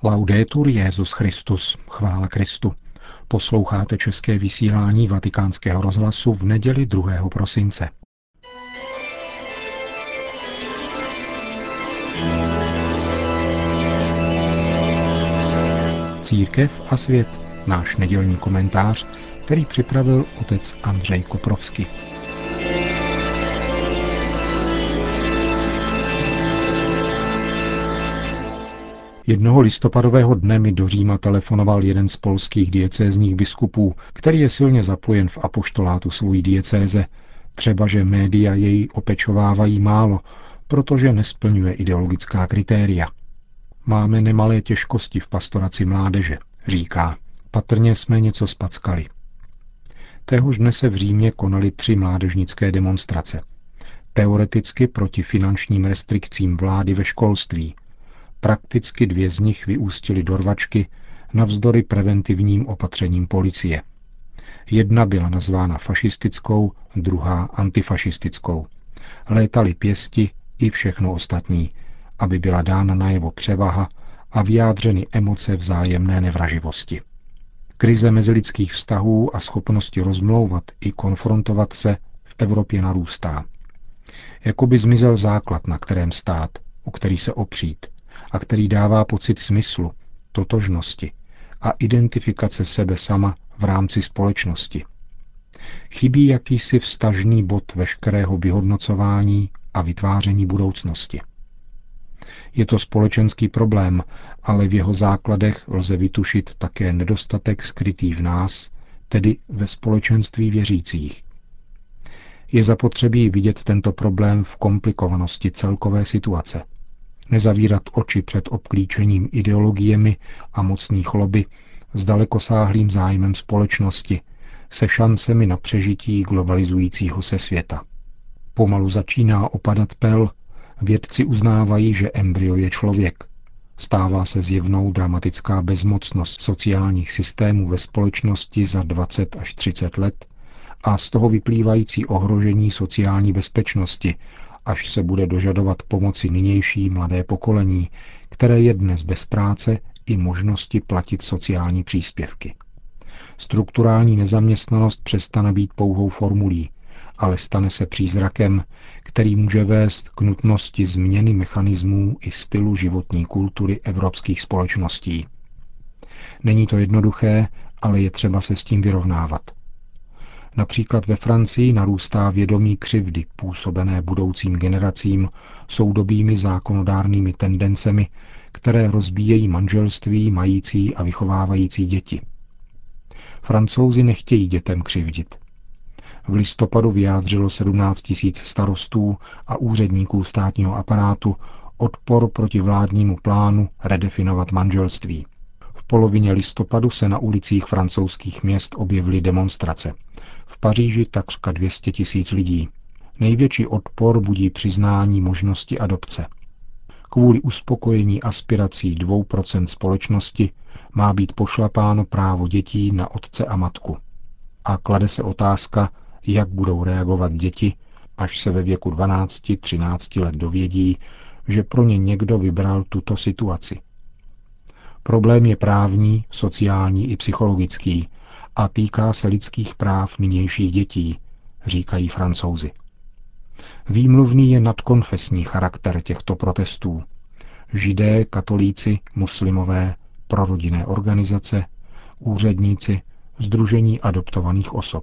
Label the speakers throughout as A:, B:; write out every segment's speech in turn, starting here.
A: Laudetur Jesus Christus, chvála Kristu. Posloucháte české vysílání Vatikánského rozhlasu v neděli 2. prosince. Církev a svět, náš nedělní komentář, který připravil otec Andřej Koprovský. Jednoho listopadového dne mi do Říma telefonoval jeden z polských diecézních biskupů, který je silně zapojen v apoštolátu svojí diecéze, třeba že média jej opečovávají málo, protože nesplňuje ideologická kritéria. Máme nemalé těžkosti v pastoraci mládeže, říká. Patrně jsme něco spackali. Téhož dne se v Římě konaly 3 mládežnické demonstrace. Teoreticky proti finančním restrikcím vlády ve školství. Prakticky 2 z nich vyústily do rvačky navzdory preventivním opatřením policie. Jedna byla nazvána fašistickou, druhá antifašistickou. Létaly pěsti i všechno ostatní, aby byla dána najevo převaha a vyjádřeny emoce vzájemné nevraživosti. Krize mezilidských vztahů a schopnosti rozmlouvat i konfrontovat se v Evropě narůstá. Jakoby zmizel základ, na kterém stát, o který se opřít, a který dává pocit smyslu, totožnosti a identifikace sebe sama v rámci společnosti. Chybí jakýsi vztažný bod veškerého vyhodnocování a vytváření budoucnosti. Je to společenský problém, ale v jeho základech lze vytušit také nedostatek skrytý v nás, tedy ve společenství věřících. Je zapotřebí vidět tento problém v komplikovanosti celkové situace. Nezavírat oči před obklíčením ideologiemi a mocných lobby s dalekosáhlým zájmem společnosti, se šancemi na přežití globalizujícího se světa. Pomalu začíná opadat pel, vědci uznávají, že embryo je člověk. Stává se zjevnou dramatická bezmocnost sociálních systémů ve společnosti za 20 až 30 let a z toho vyplývající ohrožení sociální bezpečnosti, až se bude dožadovat pomoci nynější mladé pokolení, které je dnes bez práce i možnosti platit sociální příspěvky. Strukturální nezaměstnanost přestane být pouhou formulí, ale stane se přízrakem, který může vést k nutnosti změny mechanismů i stylu životní kultury evropských společností. Není to jednoduché, ale je třeba se s tím vyrovnávat. Například ve Francii narůstá vědomí křivdy působené budoucím generacím soudobými zákonodárnými tendencemi, které rozbíjejí manželství mající a vychovávající děti. Francouzi nechtějí dětem křivdit. V listopadu vyjádřilo 17 000 starostů a úředníků státního aparátu odpor proti vládnímu plánu redefinovat manželství. V polovině listopadu se na ulicích francouzských měst objevily demonstrace. V Paříži takřka 200 000 lidí. Největší odpor budí přiznání možnosti adopce. Kvůli uspokojení aspirací 2% společnosti má být pošlapáno právo dětí na otce a matku. A klade se otázka, jak budou reagovat děti, až se ve věku 12-13 let dovědí, že pro ně někdo vybral tuto situaci. Problém je právní, sociální i psychologický a týká se lidských práv nynějších dětí, říkají Francouzi. Výmluvný je nadkonfesní charakter těchto protestů. Židé, katolíci, muslimové, prorodinné organizace, úředníci, sdružení adoptovaných osob.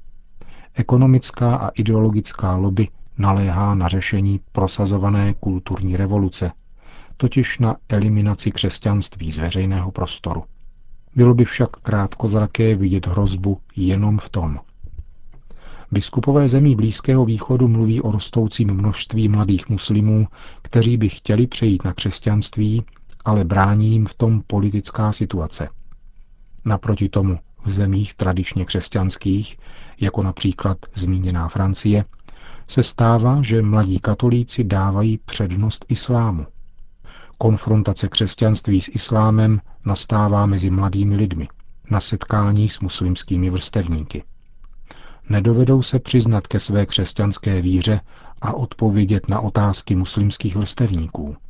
A: Ekonomická a ideologická lobby naléhá na řešení prosazované kulturní revoluce, totiž na eliminaci křesťanství z veřejného prostoru. Bylo by však krátkozraké vidět hrozbu jenom v tom. Biskupové zemí Blízkého východu mluví o rostoucím množství mladých muslimů, kteří by chtěli přejít na křesťanství, ale brání jim v tom politická situace. Naproti tomu v zemích tradičně křesťanských, jako například zmíněná Francie, se stává, že mladí katolíci dávají přednost islámu. Konfrontace křesťanství s islámem nastává mezi mladými lidmi, na setkání s muslimskými vrstevníky. Nedovedou se přiznat ke své křesťanské víře a odpovědět na otázky muslimských vrstevníků.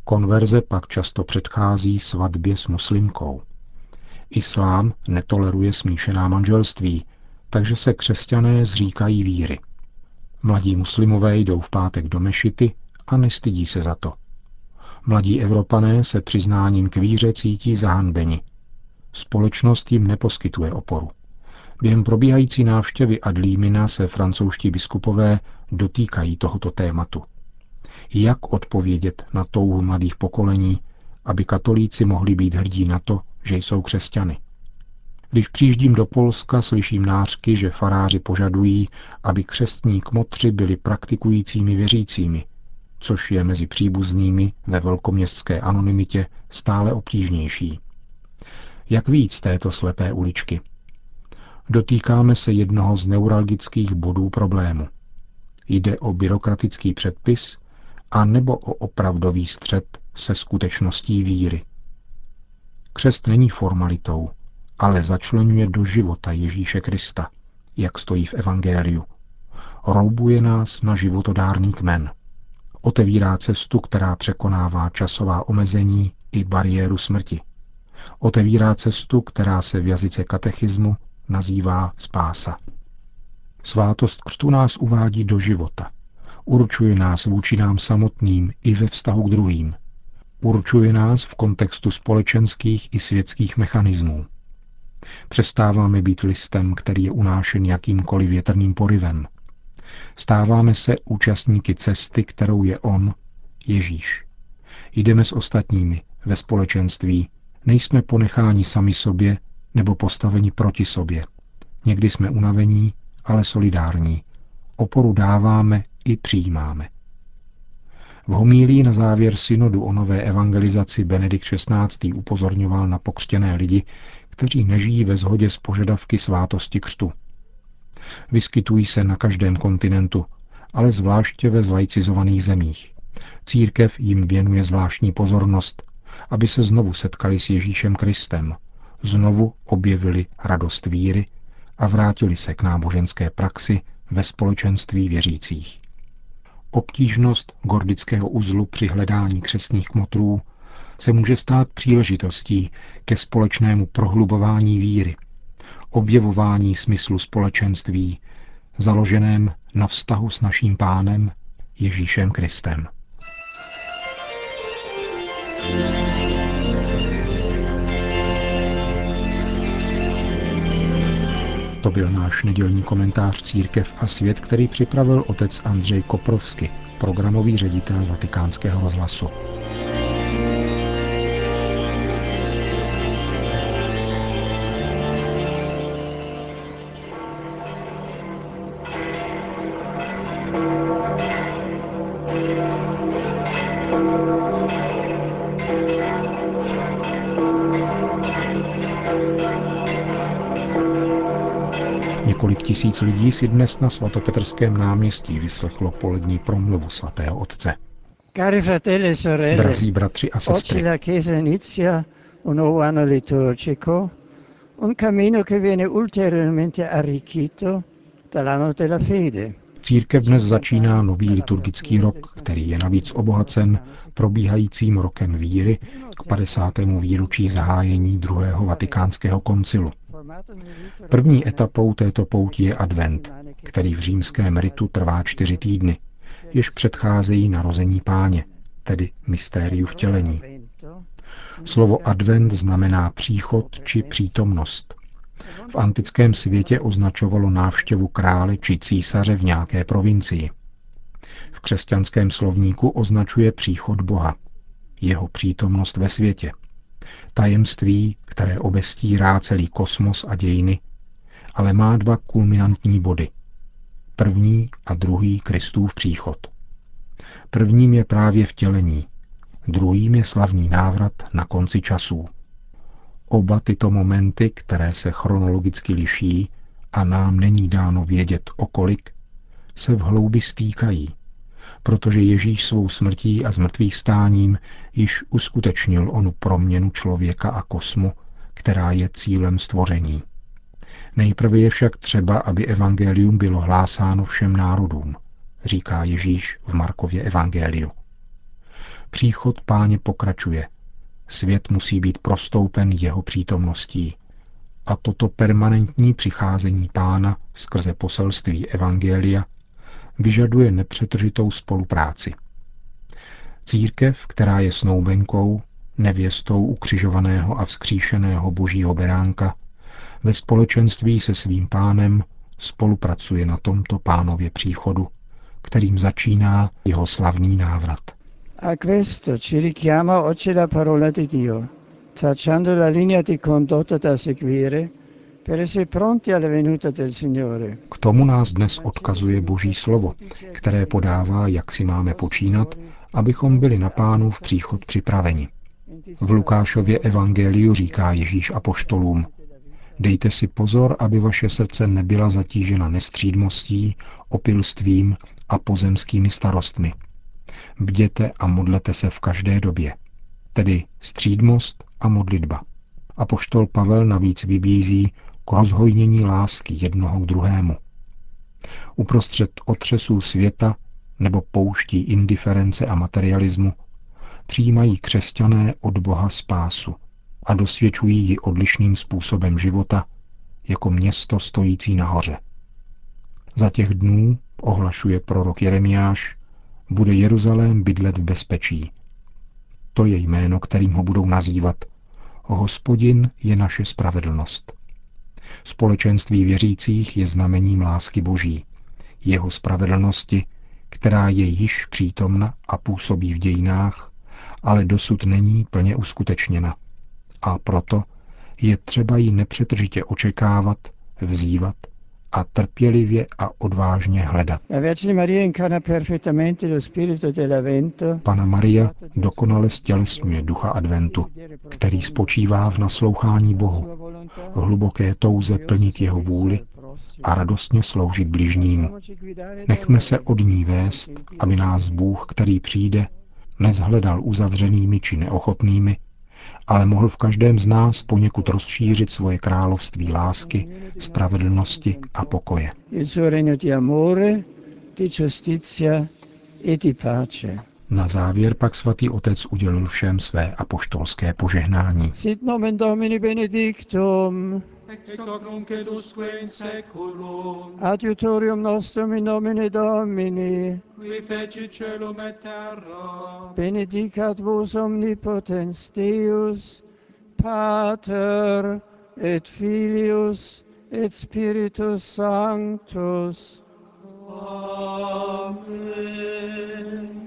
A: Konverze pak často předchází svatbě s muslimkou. Islám netoleruje smíšená manželství, takže se křesťané zříkají víry. Mladí muslimové jdou v pátek do mešity a nestydí se za to. Mladí Evropané se přiznáním k víře cítí zahanbeni. Společnost jim neposkytuje oporu. Během probíhající návštěvy Adlímina se francouzští biskupové dotýkají tohoto tématu. Jak odpovědět na touhu mladých pokolení, aby katolíci mohli být hrdí na to, že jsou křesťany? Když přijíždím do Polska, slyším nářky, že faráři požadují, aby křestní kmotři byli praktikujícími věřícími, což je mezi příbuznými ve velkoměstské anonymitě stále obtížnější. Jak víc této slepé uličky? Dotýkáme se jednoho z neuralgických bodů problému. Jde o byrokratický předpis a nebo o opravdový střet se skutečností víry. Křest není formalitou, ale začleňuje do života Ježíše Krista, jak stojí v evangeliu. Roubuje nás na životodárný kmen. Otevírá cestu, která překonává časová omezení i bariéru smrti. Otevírá cestu, která se v jazyce katechismu nazývá spása. Svátost křtu nás uvádí do života. Určuje nás vůči nám samotným i ve vztahu k druhým. Určuje nás v kontextu společenských i světských mechanismů. Přestáváme být listem, který je unášen jakýmkoliv větrným porivem. Stáváme se účastníky cesty, kterou je on, Ježíš. Jdeme s ostatními ve společenství. Nejsme ponecháni sami sobě nebo postaveni proti sobě. Někdy jsme unavení, ale solidární. Oporu dáváme i přijímáme. V homílii na závěr synodu o nové evangelizaci Benedikt XVI. Upozorňoval na pokřtěné lidi, kteří nežijí ve shodě s požadavky svátosti křtu. Vyskytují se na každém kontinentu, ale zvláště ve zlaicizovaných zemích. Církev jim věnuje zvláštní pozornost, aby se znovu setkali s Ježíšem Kristem, znovu objevili radost víry a vrátili se k náboženské praxi ve společenství věřících. Obtížnost gordického uzlu při hledání křestních kmotrů se může stát příležitostí ke společnému prohlubování víry, objevování smyslu společenství, založeném na vztahu s naším Pánem Ježíšem Kristem. To byl náš nedělní komentář Církev a svět, který připravil otec Andřej Koprovsky, programový ředitel Vatikánského rozhlasu. Několik tisíc lidí si dnes na svatopetrském náměstí vyslechlo polední promluvu svatého otce.
B: Cari fratelli e sorelle,
A: Drazí bratři a
B: oggi
A: sestry,
B: la Chiesa inizia un nuovo anno liturgico, un cammino che viene ulteriormente arricchito dall'anno della fede.
A: církev dnes začíná nový liturgický rok, který je navíc obohacen probíhajícím rokem víry k 50. výročí zahájení druhého vatikánského koncilu. První etapou této pouti je advent, který v římském ritu trvá 4 týdny, jež předcházejí narození Páně, tedy mystériu vtělení. Slovo advent znamená příchod či přítomnost. V antickém světě označovalo návštěvu krále či císaře v nějaké provincii. V křesťanském slovníku označuje příchod Boha, jeho přítomnost ve světě. Tajemství, které obestírá celý kosmos a dějiny, ale má 2 kulminantní body. První a druhý Kristův příchod. Prvním je právě vtělení, druhým je slavný návrat na konci časů. Oba tyto momenty, které se chronologicky liší a nám není dáno vědět o kolik, se v hloubi stýkají, protože Ježíš svou smrtí a zmrtvýchvstáním již uskutečnil onu proměnu člověka a kosmu, která je cílem stvoření. Nejprve je však třeba, aby evangelium bylo hlásáno všem národům, říká Ježíš v Markově evangeliu. Příchod Páně pokračuje. Svět musí být prostoupen jeho přítomností. A toto permanentní přicházení Pána skrze poselství Evangelia vyžaduje nepřetržitou spolupráci. Církev, která je snoubenkou, nevěstou ukřižovaného a vzkříšeného Božího beránka, ve společenství se svým Pánem spolupracuje na tomto Pánově příchodu, kterým začíná jeho slavný návrat.
B: A questo ci richiama oggi la parola di Dio, tracciando la linea di condotta da seguire per essere pronti alla venuta del Signore.
A: K tomu nás dnes odkazuje Boží slovo, které podává, jak si máme počínat, abychom byli na Pánův příchod připraveni. V Lukášově evangeliu říká Ježíš apoštolům: Dejte si pozor, aby vaše srdce nebyla zatížena nestřídmostí, opilstvím a pozemskými starostmi. Bděte a modlete se v každé době. Tedy střídmost a modlitba. Apoštol Pavel navíc vybízí k rozhojnění lásky jednoho k druhému. Uprostřed otřesů světa nebo pouští indiference a materialismu přijímají křesťané od Boha spásu a dosvědčují ji odlišným způsobem života, jako město stojící nahoře. Za těch dnů, ohlašuje prorok Jeremiáš, bude Jeruzalém bydlet v bezpečí. To je jméno, kterým ho budou nazývat. Hospodin je naše spravedlnost. Společenství věřících je znamením lásky Boží, jeho spravedlnosti, která je již přítomna a působí v dějinách, ale dosud není plně uskutečněna. A proto je třeba ji nepřetržitě očekávat, vzývat a trpělivě a odvážně hledat. Panna Maria dokonale stělesňuje ducha adventu, který spočívá v naslouchání Bohu, hluboké touze plnit jeho vůli a radostně sloužit bližnímu. Nechme se od ní vést, aby nás Bůh, který přijde, nezhledal uzavřenými či neochotnými, ale mohl v každém z nás poněkud rozšířit svoje království lásky, spravedlnosti a pokoje. Na závěr pak svatý otec udělil všem své apoštolské požehnání.
B: Sit nomen Domini benedictum,
C: ex hoc nunc et usque in seculum,
B: adiutorium nostrum in nomine Domini,
C: qui fecit caelum et terra,
B: benedicat vos omnipotens Deus, Pater et Filius et Spiritus Sanctus.
C: Amen.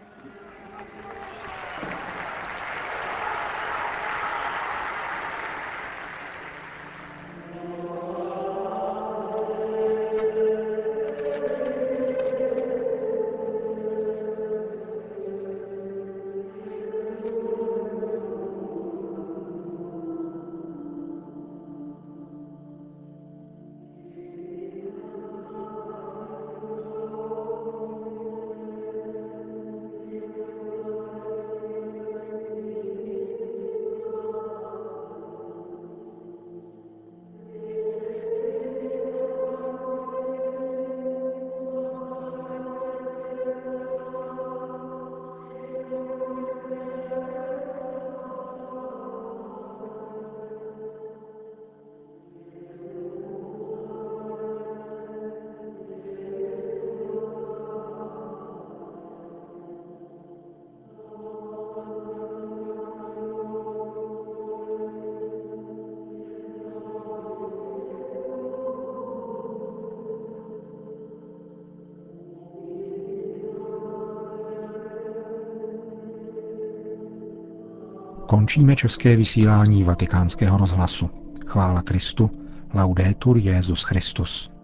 A: Končíme české vysílání Vatikánského rozhlasu. Chvála Kristu, laudetur Jesus Christus.